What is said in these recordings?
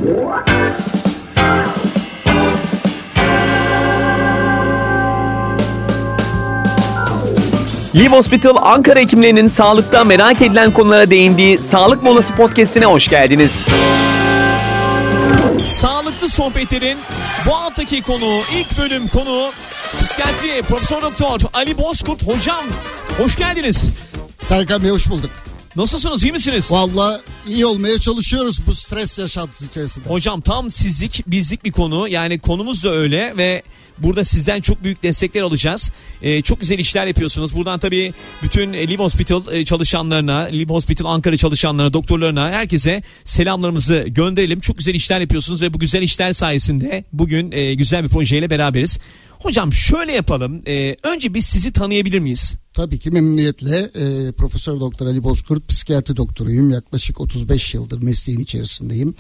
Live Hospital Ankara hekimlerinin sağlıkta merak edilen konulara değindiği Sağlık Molası Podcast'ine hoş geldiniz. Sağlıklı sohbetlerin bu haftaki konuğu, ilk bölüm konuğu psikiyatri Profesör Doktor Ali Bozkurt hocam. Hoş geldiniz. Serkan Bey hoş bulduk. Nasılsınız, iyi misiniz? Vallahi iyi olmaya çalışıyoruz bu stres yaşantısı içerisinde. Hocam tam sizlik, bizlik bir konu. Yani konumuz da öyle ve burada sizden çok büyük destekler alacağız. Çok güzel işler yapıyorsunuz. Buradan tabii bütün Live Hospital çalışanlarına, Live Hospital Ankara çalışanlarına, doktorlarına, herkese selamlarımızı gönderelim. Çok güzel işler yapıyorsunuz ve bu güzel işler sayesinde bugün güzel bir projeyle beraberiz. Hocam şöyle yapalım. Önce biz sizi tanıyabilir miyiz? Tabii ki memnuniyetle. Profesör Doktor Ali Bozkurt, psikiyatri doktoruyum. Yaklaşık 35 yıldır mesleğin içerisindeyim.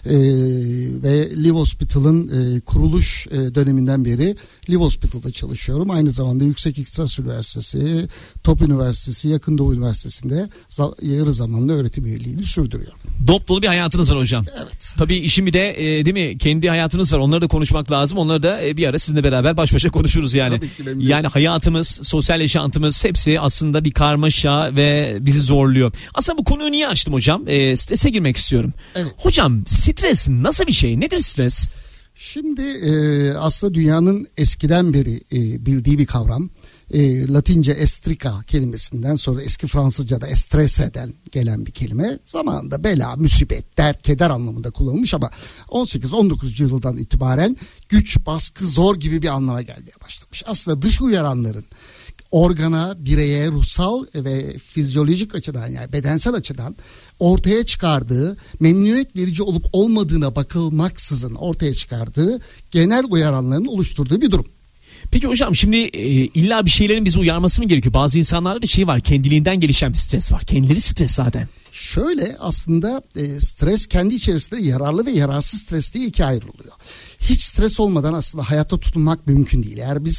Ve Live Hospital'ın kuruluş döneminden beri Live Hospital'da çalışıyorum. Aynı zamanda Yüksek İktisas Üniversitesi, Top Üniversitesi, Yakın Doğu Üniversitesi'nde yarı zamanlı öğretim üyeliğini sürdürüyorum. Dop dolu bir hayatınız var hocam. Evet. Tabii işin bir de değil mi, kendi hayatınız var. Onları da konuşmak lazım. Onları da bir ara sizinle beraber baş başa konuşuruz yani. Yani hayatımız, sosyal yaşantımız hepsi aslında bir karmaşa ve bizi zorluyor. Aslında bu konuyu niye açtım hocam? Strese girmek istiyorum. Evet. Hocam stres nasıl bir şey? Nedir stres? Şimdi aslında dünyanın eskiden beri bildiği bir kavram. Latince estrika kelimesinden sonra eski Fransızca'da estrese'den gelen bir kelime. Zamanında bela, musibet, dert, keder anlamında kullanılmış ama 18-19. yüzyıldan itibaren güç, baskı, zor gibi bir anlama gelmeye başlamış. Aslında dış uyaranların organa, bireye ruhsal ve fizyolojik açıdan, yani bedensel açıdan ortaya çıkardığı, memnuniyet verici olup olmadığına bakılmaksızın ortaya çıkardığı genel uyaranların oluşturduğu bir durum. Peki hocam şimdi illa bir şeylerin bizi uyarması mı gerekiyor? Bazı insanlarda bir şey var, kendiliğinden gelişen bir stres var. Kendileri stres zaten. Şöyle aslında stres kendi içerisinde yararlı ve yararsız stres diye ikiye ayrılıyor. Hiç stres olmadan aslında hayatta tutunmak mümkün değil. Eğer biz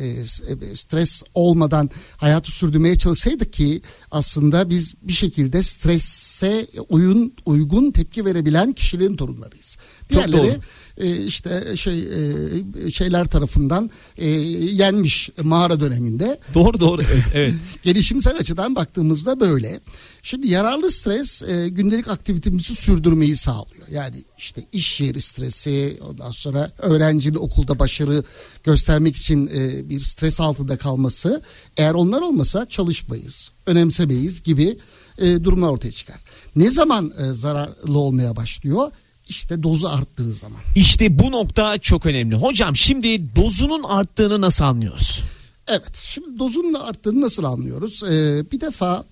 stres olmadan hayatı sürdürmeye çalışsaydık ki aslında biz bir şekilde strese uygun tepki verebilen kişiliğin torunlarıyız. Diğerleri işte şeyler tarafından yenmiş mağara döneminde. Doğru evet. Gelişimsel açıdan baktığımızda böyle. Şimdi yararlı stres gündelik aktivitemizi sürdürmeyi sağlıyor. Yani işte iş yeri stresi, ondan sonra öğrencinin okulda başarı göstermek için bir stres altında kalması. Eğer onlar olmasa çalışmayız, önemsemeyiz gibi durumlar ortaya çıkar. Ne zaman zararlı olmaya başlıyor? İşte dozu arttığı zaman. İşte bu nokta çok önemli. Hocam şimdi dozunun arttığını nasıl anlıyoruz? Evet, şimdi dozunun arttığını nasıl anlıyoruz? Bir defa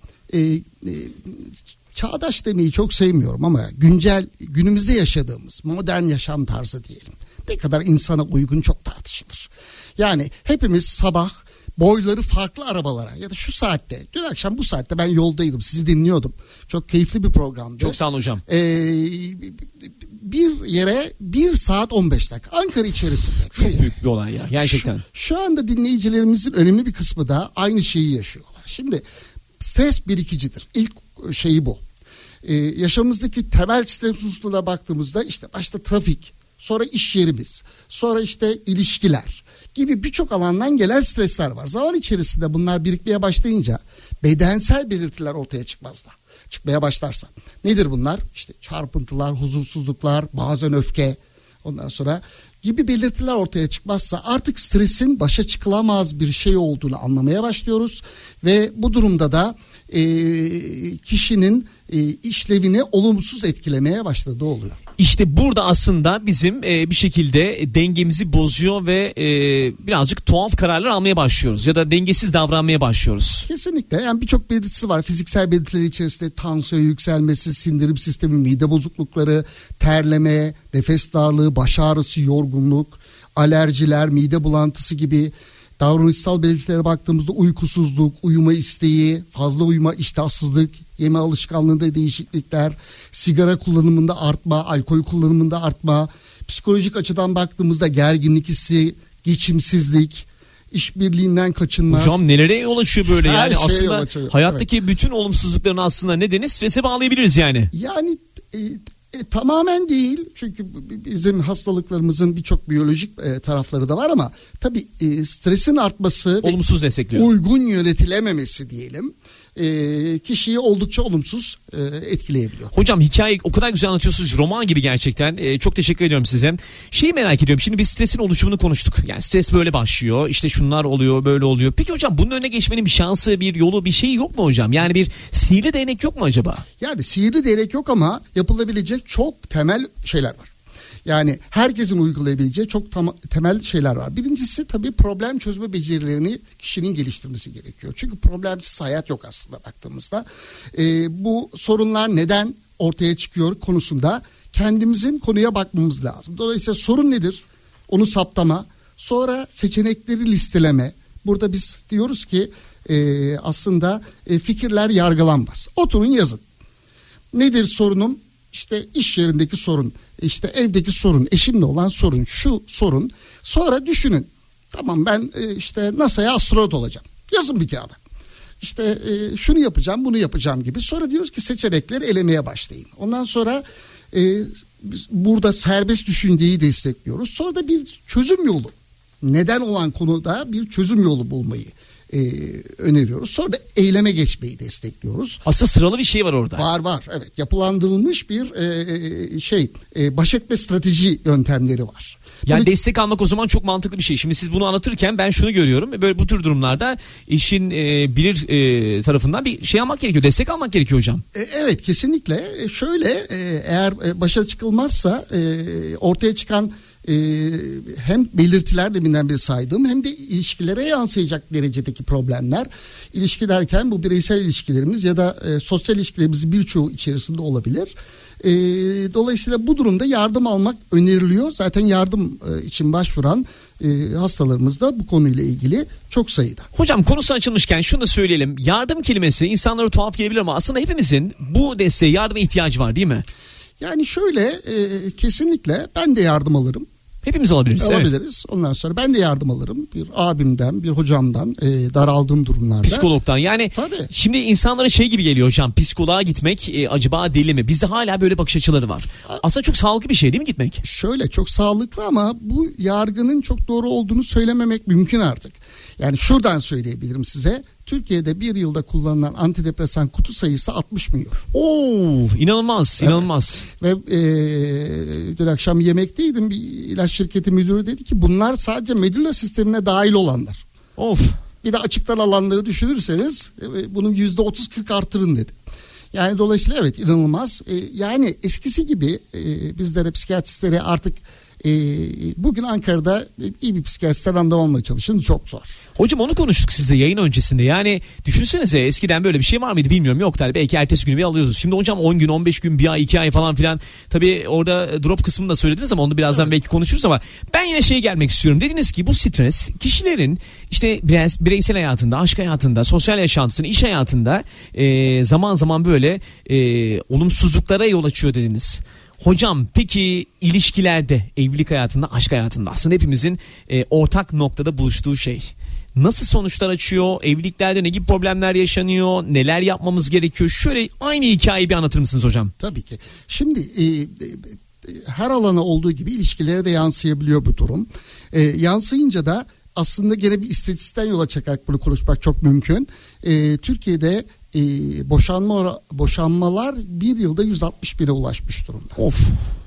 çağdaş demeyi çok sevmiyorum ama günümüzde yaşadığımız modern yaşam tarzı diyelim. Ne kadar insana uygun çok tartışılır. Yani hepimiz sabah boyları farklı arabalara ya da şu saatte, dün akşam bu saatte ben yoldaydım, sizi dinliyordum. Çok keyifli bir programdı. Çok sağ olun hocam. Bir yere 1 saat 15 dakika Ankara içerisinde. Çok büyük bir olay ya gerçekten. Şu anda dinleyicilerimizin önemli bir kısmı da aynı şeyi yaşıyorlar. Şimdi stres birikicidir. İlk şeyi bu. Yaşamımızdaki temel stres unsurlarına baktığımızda işte başta trafik, sonra iş yerimiz, sonra işte ilişkiler gibi birçok alandan gelen stresler var. Zaman içerisinde bunlar birikmeye başlayınca bedensel belirtiler ortaya çıkmaya başlarsa. Nedir bunlar? İşte çarpıntılar, huzursuzluklar, bazen öfke, ondan sonra gibi belirtiler ortaya çıkmazsa artık stresin başa çıkılamaz bir şey olduğunu anlamaya başlıyoruz. Ve bu durumda da kişinin işlevini olumsuz etkilemeye başladığı oluyor. İşte burada aslında bizim bir şekilde dengemizi bozuyor ve birazcık tuhaf kararlar almaya başlıyoruz ya da dengesiz davranmaya başlıyoruz. Kesinlikle, yani birçok belirtisi var. Fiziksel belirtiler içerisinde tansiyon yükselmesi, sindirim sistemi, mide bozuklukları, terleme, nefes darlığı, baş ağrısı, yorgunluk, alerjiler, mide bulantısı gibi. Davranışsal belirtilere baktığımızda uykusuzluk, uyuma isteği, fazla uyuma, iştahsızlık, yeme alışkanlığında değişiklikler, sigara kullanımında artma, alkol kullanımında artma, psikolojik açıdan baktığımızda gerginlik hissi, geçimsizlik, işbirliğinden kaçınmaz. Hocam nelere yol açıyor böyle yani aslında açıyor. Hayattaki bütün olumsuzlukların aslında nedeni strese bağlayabiliriz yani. Yani Tamamen değil, çünkü bizim hastalıklarımızın birçok biyolojik tarafları da var ama tabii stresin artması, olumsuz destekliyor. Uygun yönetilememesi diyelim, kişiyi oldukça olumsuz etkileyebiliyor. Hocam hikayeyi o kadar güzel anlatıyorsunuz, roman gibi gerçekten. Çok teşekkür ediyorum size. Şeyi merak ediyorum, şimdi biz stresin oluşumunu konuştuk. Yani stres böyle başlıyor, işte şunlar oluyor, böyle oluyor. Peki hocam bunun önüne geçmenin bir şansı, bir yolu, bir şeyi yok mu hocam? Yani bir sihirli değnek yok mu acaba? Yani sihirli değnek yok ama yapılabilecek çok temel şeyler var. Yani herkesin uygulayabileceği çok temel şeyler var. Birincisi tabii problem çözme becerilerini kişinin geliştirmesi gerekiyor. Çünkü problemsiz hayat yok aslında baktığımızda. Bu sorunlar neden ortaya çıkıyor konusunda kendimizin konuya bakmamız lazım. Dolayısıyla sorun nedir? Onu saptama. Sonra seçenekleri listeleme. Burada biz diyoruz ki aslında fikirler yargılanmaz. Oturun yazın. Nedir sorunum? İşte iş yerindeki sorun, işte evdeki sorun, eşimle olan sorun, şu sorun. Sonra düşünün. Tamam, ben işte NASA'ya astronot olacağım. Yazın bir kağıda. İşte şunu yapacağım, bunu yapacağım gibi. Sonra diyoruz ki seçenekleri elemeye başlayın. Ondan sonra burada serbest düşünceyi destekliyoruz. Sonra da bir çözüm yolu. Neden olan konuda bir çözüm yolu bulmayı öneriyoruz. Sonra da eyleme geçmeyi destekliyoruz. Aslında sıralı bir şey var orada. Var evet, yapılandırılmış bir baş etme strateji yöntemleri var. Yani destek almak o zaman çok mantıklı bir şey. Şimdi siz bunu anlatırken ben şunu görüyorum. Böyle bu tür durumlarda işin bilir tarafından bir şey almak gerekiyor. Destek almak gerekiyor hocam. Evet, kesinlikle. Şöyle eğer başa çıkılmazsa ortaya çıkan hem belirtiler, deminden beri saydığım, hem de ilişkilere yansıyacak derecedeki problemler. İlişki derken bu bireysel ilişkilerimiz ya da sosyal ilişkilerimizin birçoğu içerisinde olabilir. Dolayısıyla bu durumda yardım almak öneriliyor. Zaten yardım için başvuran hastalarımız da bu konuyla ilgili çok sayıda. Hocam konusu açılmışken şunu da söyleyelim. Yardım kelimesi insanlara tuhaf gelebilir ama aslında hepimizin bu desteğe, yardıma ihtiyacı var değil mi? Yani şöyle kesinlikle ben de yardım alırım. Hepimiz alabiliriz. Alabiliriz. Evet. Ondan sonra ben de yardım alırım. Bir abimden, bir hocamdan, daraldığım durumlarda. Psikologdan. Yani tabii. Şimdi insanlara şey gibi geliyor hocam. Psikoloğa gitmek acaba deli mi? Bizde hala böyle bakış açıları var. Aslında çok sağlıklı bir şey değil mi gitmek? Şöyle, çok sağlıklı ama bu yargının çok doğru olduğunu söylememek mümkün artık. Yani şuradan söyleyebilirim size. Türkiye'de bir yılda kullanılan antidepresan kutu sayısı 60 milyon. Oo, inanılmaz, evet. inanılmaz. Ve dün akşam yemekteydim, bir ilaç şirketi müdürü dedi ki bunlar sadece medulla sistemine dahil olanlar. Of. Bir de açıktan alanları düşünürseniz bunun %30-40 artırın dedi. Yani dolayısıyla evet, inanılmaz. Yani eskisi gibi bizlere, psikiyatristlere artık bugün Ankara'da iyi bir psikiyatristen randevu almaya çalışın, çok zor. Hocam onu konuştuk sizle yayın öncesinde. Yani düşünsenize, eskiden böyle bir şey var mıydı bilmiyorum. Yok tabii, belki ertesi günü bir alıyoruz. Şimdi hocam 10 gün, 15 gün, 1 ay, 2 ay falan filan. Tabii orada drop kısmını da söylediniz ama onu birazdan evet, belki konuşuruz ama ben yine şeye gelmek istiyorum. Dediniz ki bu stres kişilerin işte bireysel hayatında, aşk hayatında, sosyal yaşantısında, iş hayatında zaman zaman böyle olumsuzluklara yol açıyor dediniz. Hocam peki ilişkilerde, evlilik hayatında, aşk hayatında aslında hepimizin ortak noktada buluştuğu şey. Nasıl sonuçlar açıyor? Evliliklerde ne gibi problemler yaşanıyor? Neler yapmamız gerekiyor? Şöyle aynı hikayeyi bir anlatır mısınız hocam? Tabii ki. Şimdi her alana olduğu gibi ilişkilere de yansıyabiliyor bu durum. Yansıyınca da aslında gene bir istatistikten yola çıkarak bunu konuşmak çok mümkün. Türkiye'de boşanmalar bir yılda 160 bine ulaşmış durumda. Of.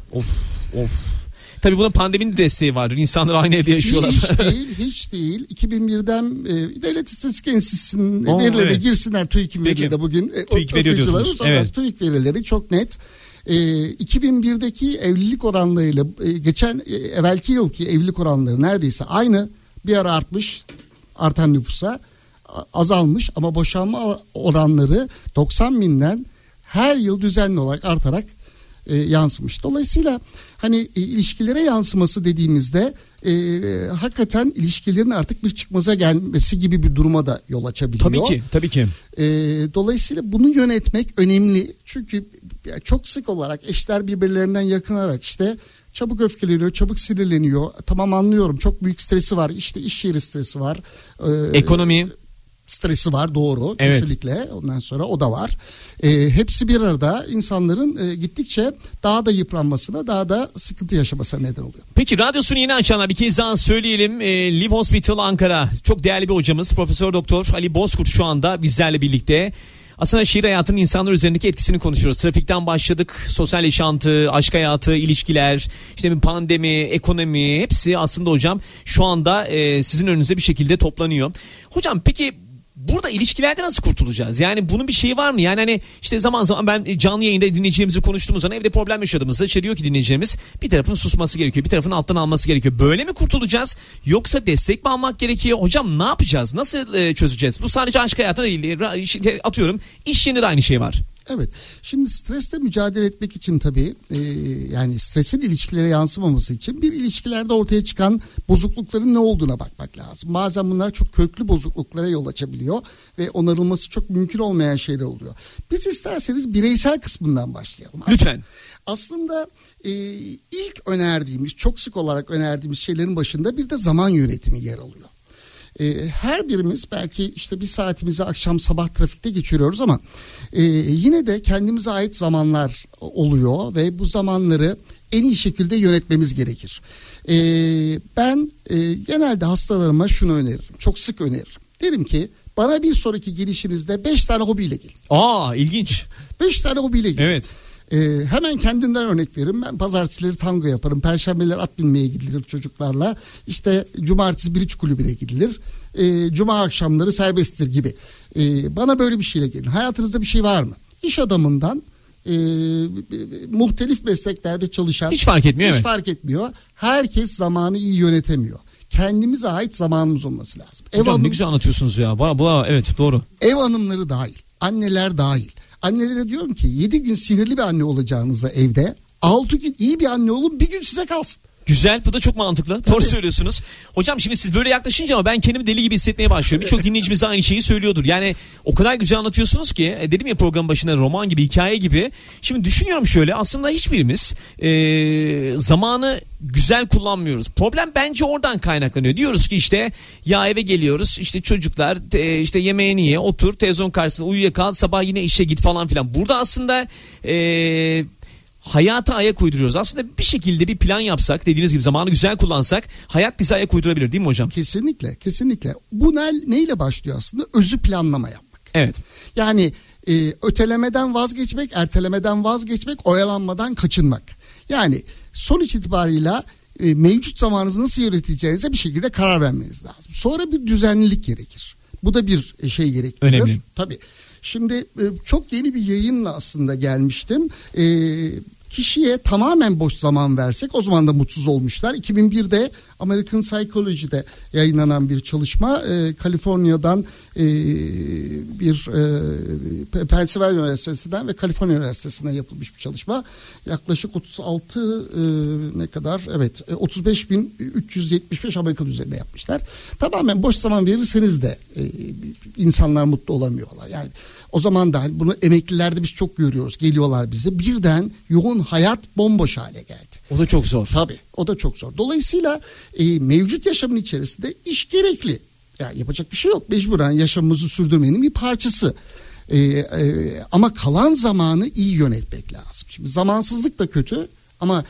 Tabii buna pandeminin de desteği vardır. İnsanlar aynı evde yaşıyorlar. Hiç değil. 2001'den Devlet İstatistik Enstitüsü'nün verilerine evet, girsinler. TÜİK verileri bugün. TÜİK veriyor diyorsunuz. Evet. TÜİK verileri çok net. 2001'deki evlilik oranlarıyla evvelki yılki evlilik oranları neredeyse aynı. Bir ara artmış, artan nüfusa azalmış ama boşanma oranları 90 binden her yıl düzenli olarak artarak yansımış. Dolayısıyla hani ilişkilere yansıması dediğimizde hakikaten ilişkilerin artık bir çıkmaza gelmesi gibi bir duruma da yol açabiliyor. Tabii ki. Dolayısıyla bunu yönetmek önemli. Çünkü çok sık olarak eşler birbirlerinden yakınarak işte çabuk öfkeleniyor, çabuk sinirleniyor. Tamam, anlıyorum, çok büyük stresi var. İşte iş yeri stresi var. Ekonomi. stresi var, doğru, Evet. kesinlikle. Ondan sonra o da var. Hepsi bir arada insanların gittikçe daha da yıpranmasına, daha da sıkıntı yaşamasına neden oluyor. Peki radyosunu yeni açanlar bir kez daha söyleyelim. Live Hospital Ankara. Çok değerli bir hocamız Profesör Doktor Ali Bozkurt şu anda bizlerle birlikte. Aslında şehir hayatının insanlar üzerindeki etkisini konuşuyoruz. Trafikten başladık. Sosyal yaşantı, aşk hayatı, ilişkiler, işte bir pandemi, ekonomi, hepsi aslında hocam şu anda sizin önünüze bir şekilde toplanıyor. Hocam peki burada ilişkilerde nasıl kurtulacağız? Yani bunun bir şeyi var mı? Yani hani işte zaman zaman ben canlı yayında dinleyicilerimizi konuştuğumuz zaman evde problem yaşadığımızda işte diyor ki dinleyicilerimiz bir tarafın susması gerekiyor. Bir tarafın alttan alması gerekiyor. Böyle mi kurtulacağız? Yoksa destek mi almak gerekiyor? Hocam ne yapacağız? Nasıl çözeceğiz? Bu sadece aşk hayatı değil. Atıyorum iş yerinde de aynı şey var. Evet. Şimdi stresle mücadele etmek için tabii yani stresin ilişkilere yansımaması için bir ilişkilerde ortaya çıkan bozuklukların ne olduğuna bakmak lazım. Bazen bunlar çok köklü bozukluklara yol açabiliyor ve onarılması çok mümkün olmayan şeyler oluyor. Biz isterseniz bireysel kısmından başlayalım. Lütfen. Aslında ilk önerdiğimiz, çok sık olarak önerdiğimiz şeylerin başında bir de zaman yönetimi yer alıyor. Her birimiz belki işte bir saatimizi akşam sabah trafikte geçiriyoruz ama yine de kendimize ait zamanlar oluyor ve bu zamanları en iyi şekilde yönetmemiz gerekir. Ben genelde hastalarıma şunu öneririm, çok sık öneririm. Derim ki bana bir sonraki gelişinizde 5 tane hobiyle gelin. İlginç. 5 tane hobiyle gelin. Evet. Hemen kendimden örnek veririm. Ben pazartesileri tango yaparım. Perşembeler at binmeye gidilir çocuklarla. İşte cumartesi bridge kulübüne gidilir. Cuma akşamları serbesttir gibi. Bana böyle bir şeyle gelin. Hayatınızda bir şey var mı? İş adamından muhtelif mesleklerde çalışan. Hiç fark etmiyor. Hiç evet. fark etmiyor. Herkes zamanı iyi yönetemiyor. Kendimize ait zamanımız olması lazım. Hocam ne güzel anlatıyorsunuz ya. Evet doğru. Ev hanımları dahil. Anneler dahil. Annelere diyorum ki 7 gün sinirli bir anne olacağınıza evde 6 gün iyi bir anne olun, bir gün size kalsın. Güzel, bu da çok mantıklı. Doğru söylüyorsunuz. Hocam şimdi siz böyle yaklaşınca ama ben kendimi deli gibi hissetmeye başlıyorum. Birçok dinleyicimiz aynı şeyi söylüyordur. Yani o kadar güzel anlatıyorsunuz ki dedim ya programın başında roman gibi, hikaye gibi. Şimdi düşünüyorum şöyle, aslında hiçbirimiz zamanı güzel kullanmıyoruz. Problem bence oradan kaynaklanıyor. Diyoruz ki işte ya eve geliyoruz, işte çocuklar işte yemeğini ye, otur televizyon karşısında uyuyakal, sabah yine işe git falan filan. Burada aslında hayata ayak uyduruyoruz. Aslında bir şekilde bir plan yapsak, dediğiniz gibi zamanı güzel kullansak hayat bize ayak uydurabilir, değil mi hocam? Kesinlikle, kesinlikle. Bu neyle başlıyor aslında? Özü planlama yapmak. Evet. Yani ötelemeden vazgeçmek, ertelemeden vazgeçmek, oyalanmadan kaçınmak. Yani sonuç itibarıyla mevcut zamanınızı nasıl yöneteceğinize bir şekilde karar vermeniz lazım. Sonra bir düzenlilik gerekir. Bu da bir şey gerektirir. Önemli. Tabii. Şimdi çok yeni bir yayınla aslında gelmiştim. Kişiye tamamen boş zaman versek o zaman da mutsuz olmuşlar. 2001'de American Psychology'de yayınlanan bir çalışma. Kaliforniya'dan bir Pennsylvania Üniversitesi'nden ve Kaliforniya Üniversitesi'nden yapılmış bir çalışma. Yaklaşık 35.375 Amerikan üzerinde yapmışlar. Tamamen boş zaman verirseniz de insanlar mutlu olamıyorlar. Yani o zaman da bunu emeklilerde biz çok görüyoruz. Geliyorlar bize. Birden yoğun hayat bomboş hale geldi. O da çok zor. Tabii, o da çok zor. Dolayısıyla mevcut yaşamın içerisinde iş gerekli. Yani yapacak bir şey yok. Mecburen yaşamımızı sürdürmenin bir parçası. Ama kalan zamanı iyi yönetmek lazım. Şimdi zamansızlık da kötü ama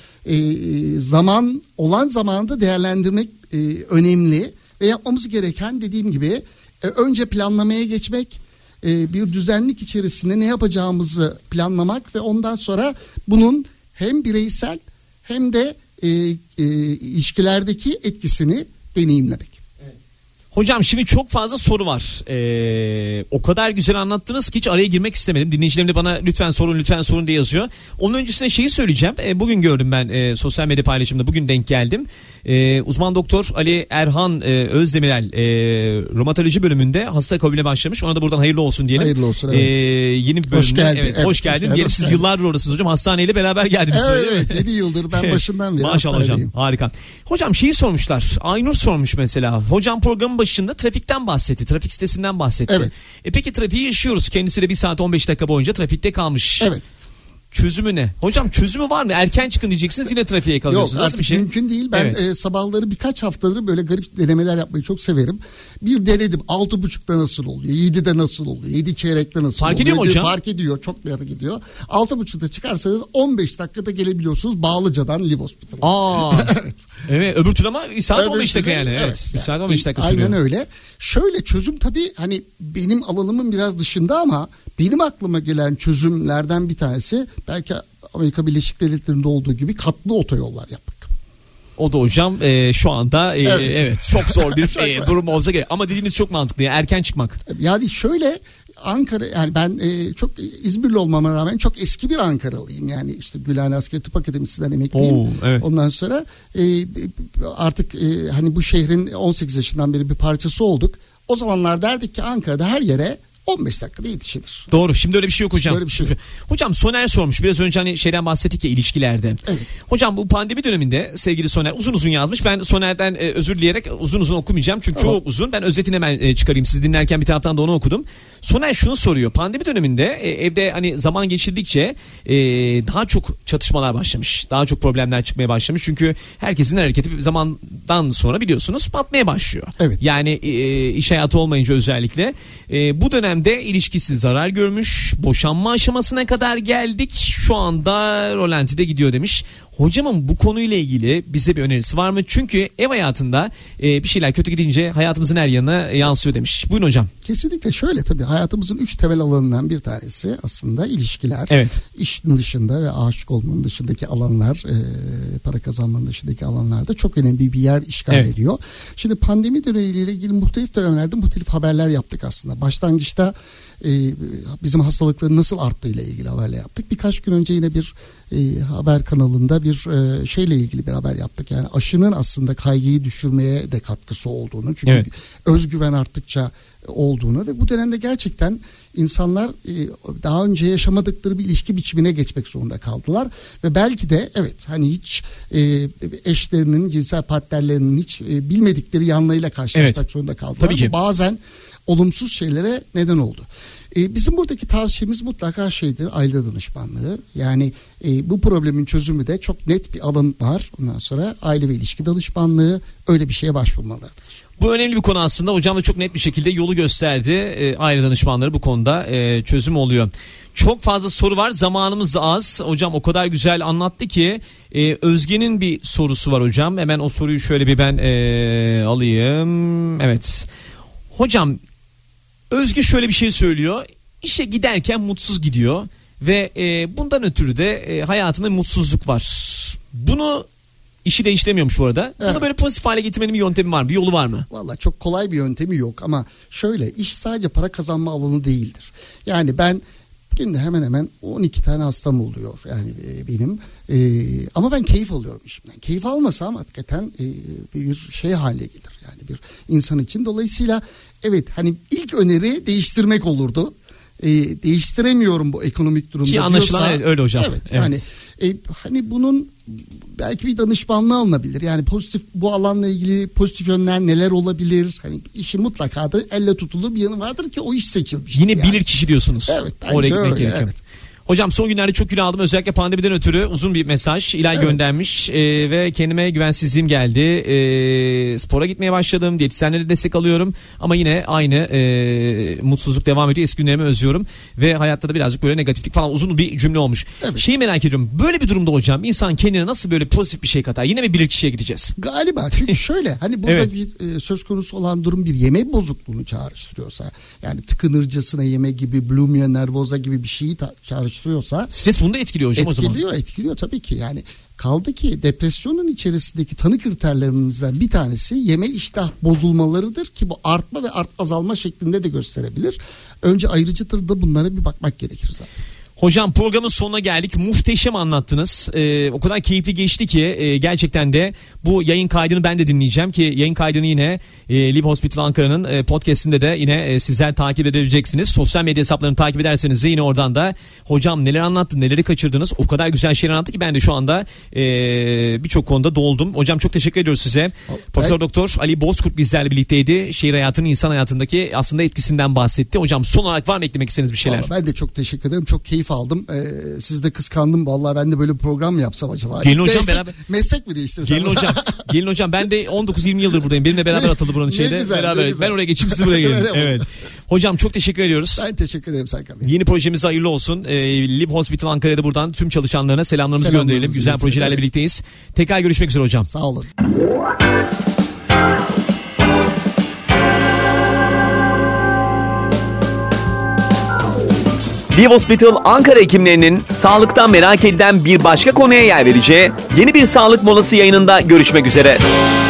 olan zamanı da değerlendirmek önemli. Ve yapmamız gereken dediğim gibi önce planlamaya geçmek, bir düzenlik içerisinde ne yapacağımızı planlamak ve ondan sonra bunun hem bireysel hem de ilişkilerdeki etkisini deneyimlemek. Hocam şimdi çok fazla soru var. O kadar güzel anlattınız ki hiç araya girmek istemedim. Dinleyicilerim de bana lütfen sorun diye yazıyor. Onun öncesinde şeyi söyleyeceğim. Bugün gördüm ben sosyal medya paylaşımında, bugün denk geldim. Uzman doktor Ali Erhan Özdemirel romatoloji bölümünde hasta kabulüne başlamış. Ona da buradan hayırlı olsun diyelim. Hayırlı olsun, evet. Yeni bir bölümde. Hoş geldin. Evet, hoş geldin diyelim. Siz yıllardır oradasınız hocam. Hastaneyle beraber geldiniz. Evet, 7 yıldır ben başından beri Maşallah hastanedeyim. hocam, harika. Hocam şeyi sormuşlar. Aynur sormuş mesela. Hocam programın başında trafikten bahsetti. Trafik sitesinden bahsetti. Evet. Peki trafiği yaşıyoruz. Kendisi de 1 saat 15 dakika boyunca trafikte kalmış. Evet. çözümü ne? Hocam çözümü var mı? Erken çıkın diyeceksiniz, yine trafiğe kalıyorsunuz. Yok, Nasıl bir şey? mümkün değil. Ben sabahları birkaç haftadır böyle garip denemeler yapmayı çok severim. Bir denedim. 6.30'da nasıl oluyor? 7'de nasıl oluyor? 7 çeyrekte nasıl Fark oluyor? ediyor mu hocam? Fark ediyor. Çok değerli gidiyor. 6.30'da çıkarsanız 15 dakikada gelebiliyorsunuz Bağlıca'dan Live Hospital'a. Evet. Evet, öbür türlü ama 1 saat 15 dakika yani. Evet. 1 saat 15 dakika sürüyor. Aynen öyle. Şöyle çözüm tabii hani benim alanımın biraz dışında ama benim aklıma gelen çözümlerden bir tanesi belki Amerika Birleşik Devletleri'nde olduğu gibi katlı otoyollar yapmak. O da hocam şu anda evet çok zor bir durum olsa gerek. Ama dediğiniz çok mantıklı. Yani erken çıkmak. Yani şöyle Ankara, yani ben çok İzmirli olmama rağmen çok eski bir Ankaralıyım. Yani işte Gülhane Askeri Tıp Akademisi'nden emekliyim. Evet. Ondan sonra artık hani bu şehrin 18 yaşından beri bir parçası olduk. O zamanlar derdik ki Ankara'da her yere 15 dakikada yetişilir. Doğru. Şimdi öyle bir şey yok hocam. Böyle bir şey yok. Hocam Soner sormuş. Biraz önce hani şeyden bahsettik ya, ilişkilerde. Evet. Hocam bu pandemi döneminde sevgili Soner uzun uzun yazmış. Ben Soner'den özür dileyerek uzun uzun okumayacağım. Çünkü çok uzun. Ben özetini hemen çıkarayım. Siz dinlerken bir taraftan da onu okudum. Soner şunu soruyor. Pandemi döneminde evde hani zaman geçirdikçe daha çok çatışmalar başlamış. Daha çok problemler çıkmaya başlamış. Çünkü herkesin hareketi bir zamandan sonra biliyorsunuz batmaya başlıyor. Evet. Yani iş hayatı olmayınca özellikle bu dönemde ilişkisi zarar görmüş. Boşanma aşamasına kadar geldik. Şu anda rolantide gidiyor demiş. Hocamın bu konuyla ilgili bize bir önerisi var mı? Çünkü ev hayatında bir şeyler kötü gidince hayatımızın her yanına yansıyor demiş. Buyurun hocam. Kesinlikle şöyle, tabii hayatımızın 3 temel alanından bir tanesi aslında ilişkiler. Evet. İşin dışında ve aşık olmanın dışındaki alanlar, para kazanmanın dışındaki alanlarda çok önemli bir yer işgal ediyor. Şimdi pandemi dönemiyle ilgili muhtelif dönemlerde muhtelif haberler yaptık aslında. Başlangıçta bizim hastalıkların nasıl arttığıyla ilgili haberler yaptık. Birkaç gün önce yine bir haber kanalında bir şeyle ilgili bir haber yaptık. Yani aşının aslında kaygıyı düşürmeye de katkısı olduğunu. Çünkü özgüven arttıkça olduğunu ve bu dönemde gerçekten insanlar daha önce yaşamadıkları bir ilişki biçimine geçmek zorunda kaldılar ve belki de hani hiç eşlerinin, cinsel partnerlerinin hiç bilmedikleri yanlarıyla karşılaşmak zorunda kaldılar. Tabii ki. Bazen olumsuz şeylere neden oldu. Bizim buradaki tavsiyemiz mutlaka aile danışmanlığı. Yani bu problemin çözümü de çok net bir alan var. Ondan sonra aile ve ilişki danışmanlığı, öyle bir şeye başvurmalarıdır. Bu önemli bir konu aslında. Hocam da çok net bir şekilde yolu gösterdi. Aile danışmanları bu konuda çözüm oluyor. Çok fazla soru var. Zamanımız da az. Hocam o kadar güzel anlattı ki. Özge'nin bir sorusu var hocam. Hemen o soruyu şöyle bir ben alayım. Evet. Hocam Özge şöyle bir şey söylüyor. İşe giderken mutsuz gidiyor. Ve bundan ötürü de hayatımda mutsuzluk var. Bunu işi değiştiremiyormuş bu arada. Bunu böyle pozitif hale getirmenin bir yöntemi var mı? Bir yolu var mı? Vallahi çok kolay bir yöntemi yok ama şöyle, iş sadece para kazanma alanı değildir. Yani ben günde hemen hemen 12 tane hastam oluyor yani benim. Ama ben keyif alıyorum işimden. Keyif almasam hakikaten bir şey haline gelir yani bir insan için. Dolayısıyla hani ilk öneri değiştirmek olurdu. Değiştiremiyorum bu ekonomik durumda. Ki anlaşılan öyle hocam. Evet. Yani hani bunun belki bir danışmanlığı alınabilir. Yani bu alanla ilgili pozitif yönler neler olabilir? Hani işin mutlaka da elle tutulur bir yanı vardır ki o iş seçilmiş. Yine bilir kişi diyorsunuz. Evet, bence oraya gitmek öyle. gerekiyor. Evet. Hocam son günlerde çok kilo aldım. Özellikle pandemiden ötürü uzun bir mesaj İlay göndermiş ve kendime güvensizliğim geldi. Spora gitmeye başladım. Diyetisyenlere destek alıyorum. Ama yine aynı mutsuzluk devam ediyor. Eski günlerimi özlüyorum. Ve hayatta da birazcık böyle negatiflik falan, uzun bir cümle olmuş. Evet. Şeyi merak ediyorum. Böyle bir durumda hocam insan kendine nasıl böyle pozitif bir şey katar? Yine mi bilir kişiye gideceğiz? Galiba çünkü şöyle hani burada bir söz konusu olan durum bir yeme bozukluğunu çağrıştırıyorsa, yani tıkınırcasına yeme gibi, bulimia nervosa gibi bir şeyi çağrıştırıyorsa, Stres bunu da etkiliyor hocam o zaman. Etkiliyor tabii ki. Yani kaldı ki depresyonun içerisindeki tanı kriterlerimizden bir tanesi yeme iştah bozulmalarıdır ki bu artma ve azalma şeklinde de gösterebilir. Önce ayrıcıdır da bunlara bir bakmak gerekir zaten. Hocam programın sonuna geldik. Muhteşem anlattınız. O kadar keyifli geçti ki gerçekten de bu yayın kaydını ben de dinleyeceğim ki yayın kaydını yine Live Hospital Ankara'nın podcastinde de yine sizler takip edebileceksiniz. Sosyal medya hesaplarını takip ederseniz de yine oradan da hocam neler anlattı, neleri kaçırdınız. O kadar güzel şeyler anlattı ki ben de şu anda birçok konuda doldum. Hocam çok teşekkür ediyoruz size. Profesör Doktor Ali Bozkurt bizlerle birlikteydi. Şehir hayatının insan hayatındaki aslında etkisinden bahsetti. Hocam son olarak var mı eklemek istediğiniz bir şeyler? Vallahi ben de çok teşekkür ederim. Çok keyif aldım. Siz de kıskandım. Vallahi ben de böyle bir program mı yapsam acaba? Gelin hocam beraber. Meslek mi değiştirsem? Gelin hocam ben de 19-20 yıldır buradayım. Benimle beraber atıldı buranın şeyde. Beraber. Ben oraya geçeyim, siz buraya gelin. Evet. Hocam çok teşekkür ediyoruz. Ben teşekkür ederim Serkan Bey. Yeni projemiz hayırlı olsun. Live Hospital Ankara'da buradan tüm çalışanlarına selamlarımızı gönderelim. Güzel projelerle birlikteyiz. Tekrar görüşmek üzere hocam. Sağ olun. Live Hospital Ankara hekimlerinin sağlıktan merak edilen bir başka konuya yer vereceği yeni bir sağlık molası yayınında görüşmek üzere.